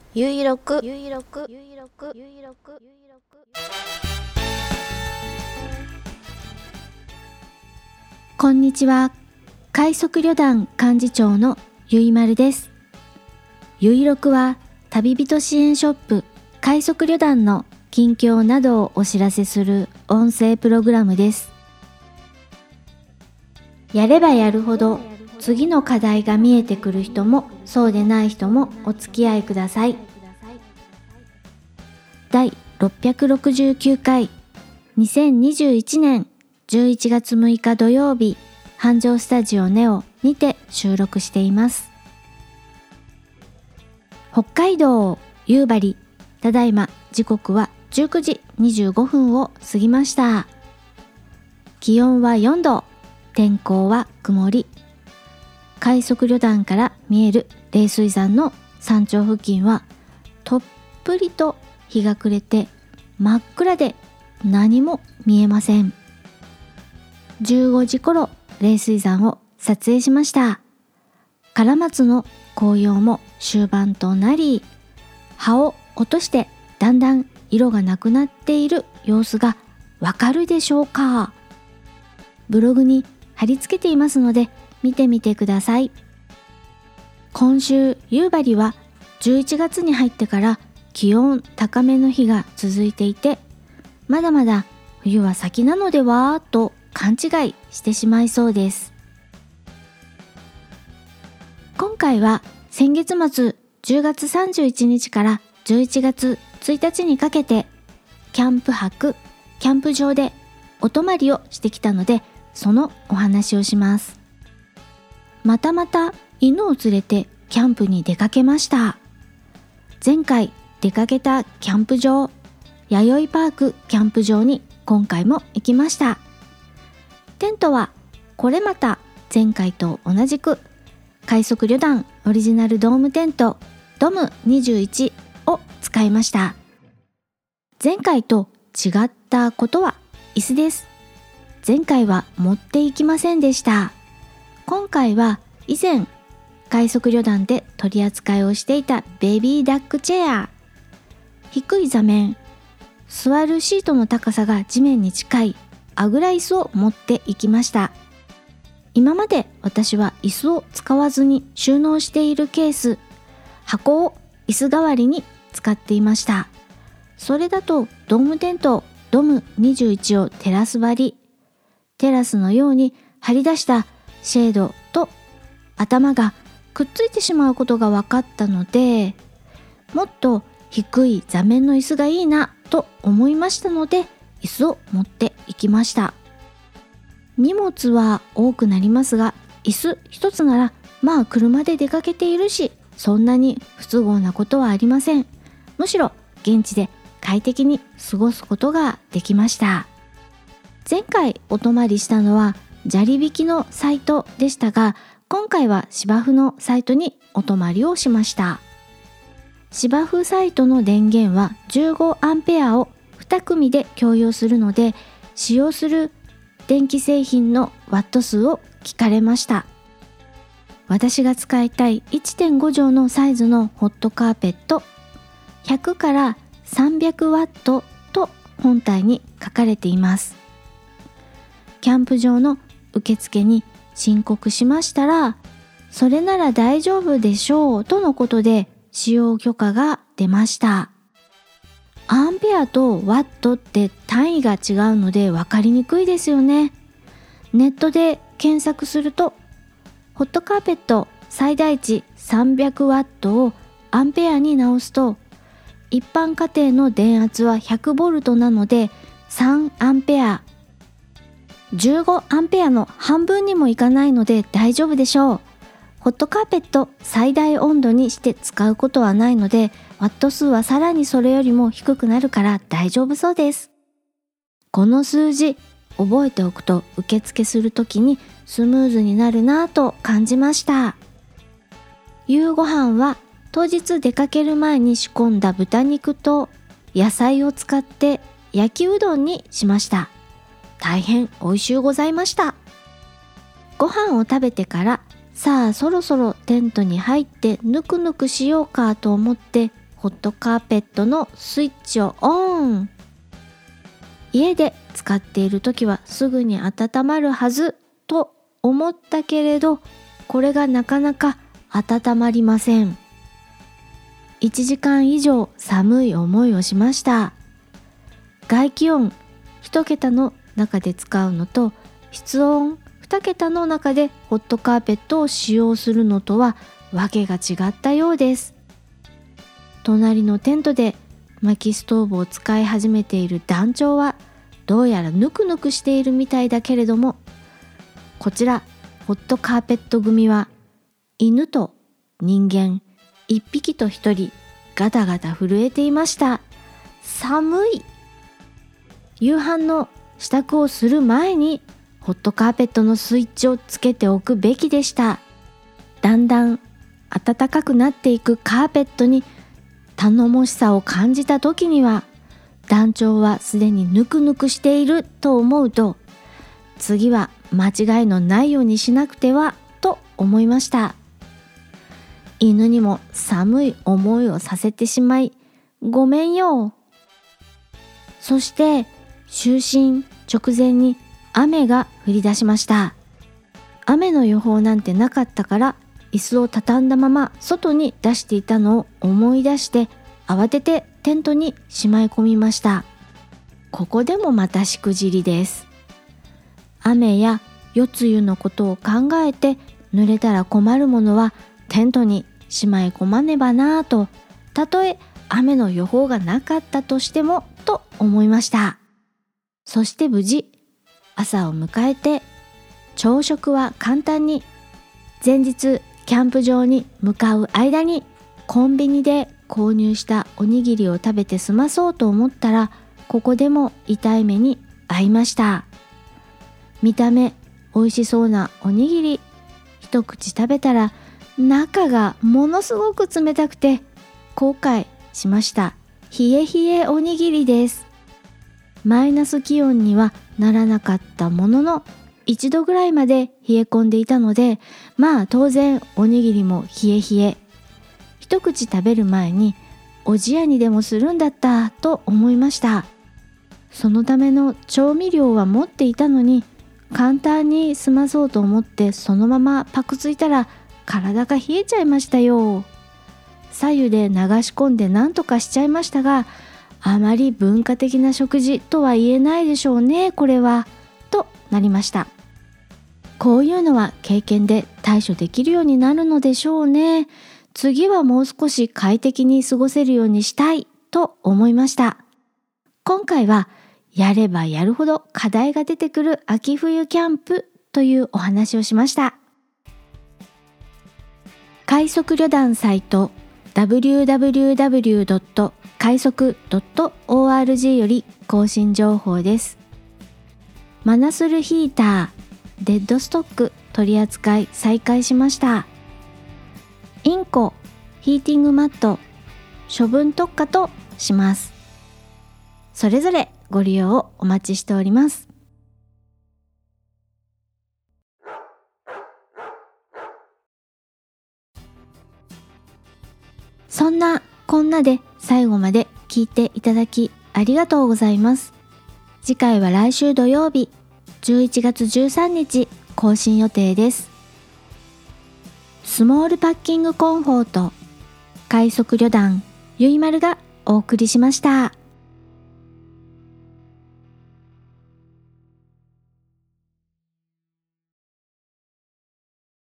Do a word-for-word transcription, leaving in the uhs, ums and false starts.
ゆいろくゆいろくゆいろくゆいろくゆいろくこんにちは。快速旅団幹事長のゆいまるです。ゆいろくは旅人支援ショップ快速旅団の近況などをお知らせする音声プログラムです。やればやるほど次の課題が見えてくる人もそうでない人もお付き合いください。だいろっぴゃくろくじゅうきゅうかいにせんにじゅういちねんじゅういちがつむいか土曜日、繁盛スタジオネオにて収録しています。北海道夕張、ただいま時刻はじゅうくじにじゅうごふんを過ぎました。気温はよんど、天候は曇り。快速旅団から見える冷水山の山頂付近はとっぷりと日が暮れて真っ暗で何も見えません。じゅうごじ頃冷水山を撮影しました。唐松の紅葉も終盤となり、葉を落としてだんだん色がなくなっている様子がわかるでしょうか。ブログに貼り付けていますので見てみてください。今週夕張はじゅういちがつに入ってから気温高めの日が続いていて、まだまだ冬は先なのではと勘違いしてしまいそうです。今回は先月末じゅうがつさんじゅういちにちからじゅういちがつついたちにかけてキャンプ泊、キャンプ場でお泊まりをしてきたので、そのお話をします。またまた犬を連れてキャンプに出かけました。前回出かけたキャンプ場、弥生パークキャンプ場に今回も行きました。テントはこれまた前回と同じく快速旅団オリジナルドームテントドムにじゅういちを使いました。前回と違ったことは椅子です。前回は持っていきませんでした。今回は以前快速旅団で取り扱いをしていたベビーダックチェア、低い座面、座るシートの高さが地面に近いあぐら椅子を持っていきました。今まで私は椅子を使わずに収納しているケース、箱を椅子代わりに使っていました。それだとドームテントドムにじゅういちをテラス張り、テラスのように張り出したシェードと頭がくっついてしまうことが分かったので、もっと低い座面の椅子がいいなと思いましたので、椅子を持っていきました。荷物は多くなりますが、椅子一つならまあ車で出かけているし、そんなに不都合なことはありません。むしろ現地で快適に過ごすことができました。前回お泊まりしたのは砂利引きのサイトでしたが、今回は芝生のサイトにお泊まりをしました。芝生サイトの電源はじゅうごアンペアをにくみで共用するので、使用する電気製品のワット数を聞かれました。私が使いたい いってんご 畳のサイズのホットカーペット、ひゃくからさんびゃくワットと本体に書かれています。キャンプ場の受付に申告しましたら、それなら大丈夫でしょうとのことで使用許可が出ました。アンペアとワットって単位が違うので分かりにくいですよね。ネットで検索すると、ホットカーペット最大値さんびゃくワットをアンペアに直すと、一般家庭の電圧はひゃくボルトなのでさんアンペア、じゅうごアンペアの半分にもいかないので大丈夫でしょう。ホットカーペット最大温度にして使うことはないので、ワット数はさらにそれよりも低くなるから大丈夫そうです。この数字覚えておくと受付するときにスムーズになるなぁと感じました。夕ご飯は当日出かける前に仕込んだ豚肉と野菜を使って焼きうどんにしました。大変美味しゅうございました。ご飯を食べてから、さあそろそろテントに入ってぬくぬくしようかと思ってホットカーペットのスイッチをオン。家で使っている時はすぐに温まるはずと思ったけれど、これがなかなか温まりません。いちじかん以上寒い思いをしました。外気温いち桁の中で使うのと室温に桁の中でホットカーペットを使用するのとはわけが違ったようです。隣のテントで薪ストーブを使い始めている団長はどうやらぬくぬくしているみたいだけれども、こちらホットカーペット組は犬と人間一匹と一人ガタガタ震えていました。寒い。夕飯の支度をする前にホットカーペットのスイッチをつけておくべきでした。だんだん暖かくなっていくカーペットに頼もしさを感じた時には、団長はすでにぬくぬくしていると思うと、次は間違いのないようにしなくてはと思いました。犬にも寒い思いをさせてしまいごめんよ。そして就寝直前に雨が降り出しました。雨の予報なんてなかったから、椅子を畳んだまま外に出していたのを思い出して慌ててテントにしまい込みました。ここでもまたしくじりです。雨や夜露のことを考えて、濡れたら困るものはテントにしまい込まねばなぁと、たとえ雨の予報がなかったとしてもと思いました。そして無事朝を迎えて、朝食は簡単に、前日キャンプ場に向かう間にコンビニで購入したおにぎりを食べて済まそうと思ったら、ここでも痛い目に遭いました。見た目美味しそうなおにぎり、一口食べたら中がものすごく冷たくて後悔しました。冷え冷えおにぎりです。マイナス気温にはならなかったものの、いちどぐらいまで冷え込んでいたので、まあ当然おにぎりも冷え冷え。一口食べる前におじやにでもするんだったと思いました。そのための調味料は持っていたのに、簡単に済まそうと思ってそのままパクついたら体が冷えちゃいましたよ。白湯で流し込んで何とかしちゃいましたが、あまり文化的な食事とは言えないでしょうね、これはとなりました。こういうのは経験で対処できるようになるのでしょうね。次はもう少し快適に過ごせるようにしたいと思いました。今回はやればやるほど課題が出てくる秋冬キャンプというお話をしました。快速旅団サイト ダブリューダブリューダブリュードット快速ドットオーアールジー より更新情報です。マナスルヒーターデッドストック取り扱い再開しました。インコヒーティングマット処分特化とします。それぞれご利用をお待ちしております。そんなこんなで最後まで聞いていただきありがとうございます。次回は来週土曜日じゅういちがつじゅうさんにち更新予定です。スモールパッキングコンフォート快速旅団ゆいまるがお送りしました。